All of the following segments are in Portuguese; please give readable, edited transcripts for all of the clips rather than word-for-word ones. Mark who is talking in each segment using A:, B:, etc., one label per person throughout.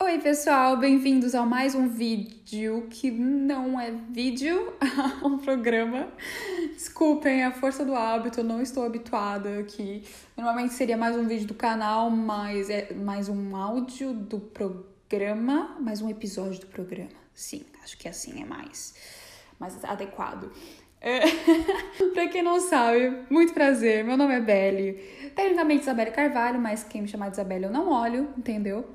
A: Oi pessoal, bem-vindos a mais um vídeo que não é vídeo, é um programa. Desculpem, a força do hábito, eu não estou habituada aqui. Normalmente seria mais um vídeo do canal, mas é mais um áudio do programa, mais um episódio do programa. Sim, acho que assim é mais adequado. Pra quem não sabe, muito prazer, meu nome é Belle. Tecnicamente Isabelle Carvalho, mas quem me chamar de Isabelle eu não olho, entendeu?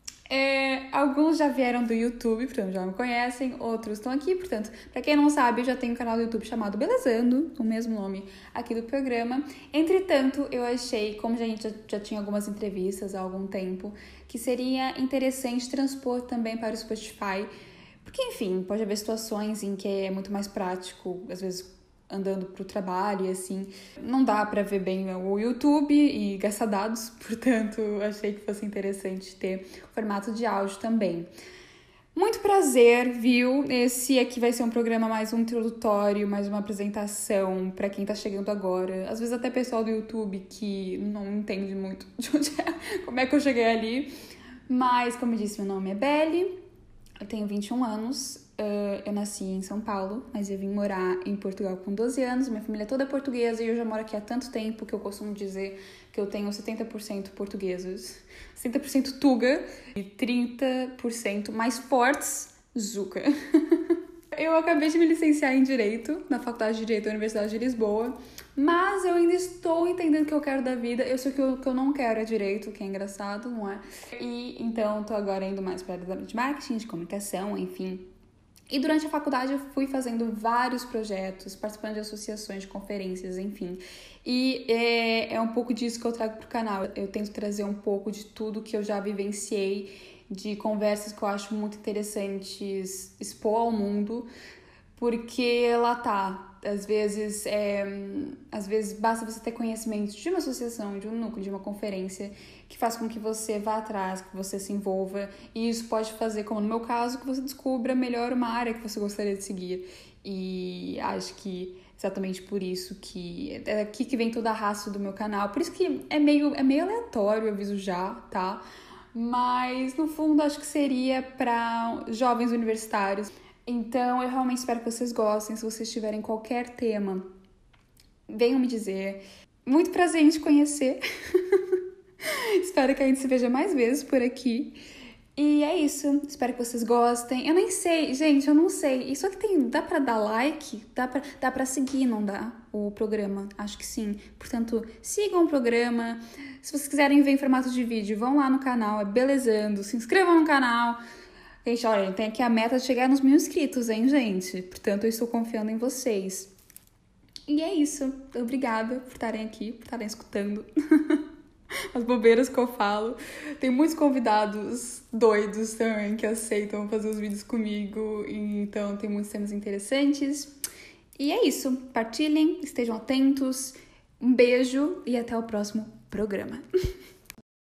A: Alguns já vieram do YouTube, portanto já me conhecem, outros estão aqui, portanto, pra quem não sabe, eu já tenho um canal do YouTube chamado Belezando, o mesmo nome aqui do programa. Entretanto, eu achei, como a gente já tinha algumas entrevistas há algum tempo, que seria interessante transpor também para o Spotify, porque, enfim, pode haver situações em que é muito mais prático, às vezes andando pro trabalho e assim, não dá pra ver bem o YouTube e gastar dados, portanto, achei que fosse interessante ter formato de áudio também. Muito prazer, viu? Esse aqui vai ser um programa mais um introdutório, mais uma apresentação pra quem tá chegando agora. Às vezes até pessoal do YouTube que não entende muito de onde como é que eu cheguei ali. Mas, como eu disse, meu nome é Belle, eu tenho 21 anos. Eu nasci em São Paulo, mas eu vim morar em Portugal com 12 anos. Minha família é toda portuguesa e eu já moro aqui há tanto tempo que eu costumo dizer que eu tenho 70% portugueses, 70% tuga e 30% mais fortes zuca. Eu acabei de me licenciar em Direito, na Faculdade de Direito da Universidade de Lisboa, mas eu ainda estou entendendo o que eu quero da vida. Eu sei que o que eu não quero é Direito, que é engraçado, não é? E então tô agora indo mais para a área de marketing, de comunicação, enfim. E durante a faculdade eu fui fazendo vários projetos, participando de associações, de conferências, enfim. E é um pouco disso que eu trago pro canal. Eu tento trazer um pouco de tudo que eu já vivenciei, de conversas que eu acho muito interessantes expor ao mundo, porque lá tá. Às vezes basta você ter conhecimento de uma associação, de um núcleo, de uma conferência, que faz com que você vá atrás, que você se envolva, e isso pode fazer, como no meu caso, que você descubra melhor uma área que você gostaria de seguir. E acho que exatamente por isso que é aqui que vem toda a raça do meu canal. Por isso que é meio aleatório, eu aviso já, tá? Mas no fundo acho que seria para jovens universitários. Então, eu realmente espero que vocês gostem. Se vocês tiverem qualquer tema, venham me dizer. Muito prazer em te conhecer. Espero que a gente se veja mais vezes por aqui. E é isso. Espero que vocês gostem. Eu nem sei, gente, eu não sei. Isso aqui dá pra dar like? Dá pra seguir, não dá? O programa? Acho que sim. Portanto, sigam o programa. Se vocês quiserem ver em formato de vídeo, vão lá no canal, é Belezando. Se inscrevam no canal. Gente, olha, tem aqui a meta de chegar nos 1.000 inscritos, hein, gente? Portanto, eu estou confiando em vocês. E é isso. Obrigada por estarem aqui, por estarem escutando as bobeiras que eu falo. Tem muitos convidados doidos também que aceitam fazer os vídeos comigo. Então, tem muitos temas interessantes. E é isso. Partilhem, estejam atentos. Um beijo e até o próximo programa.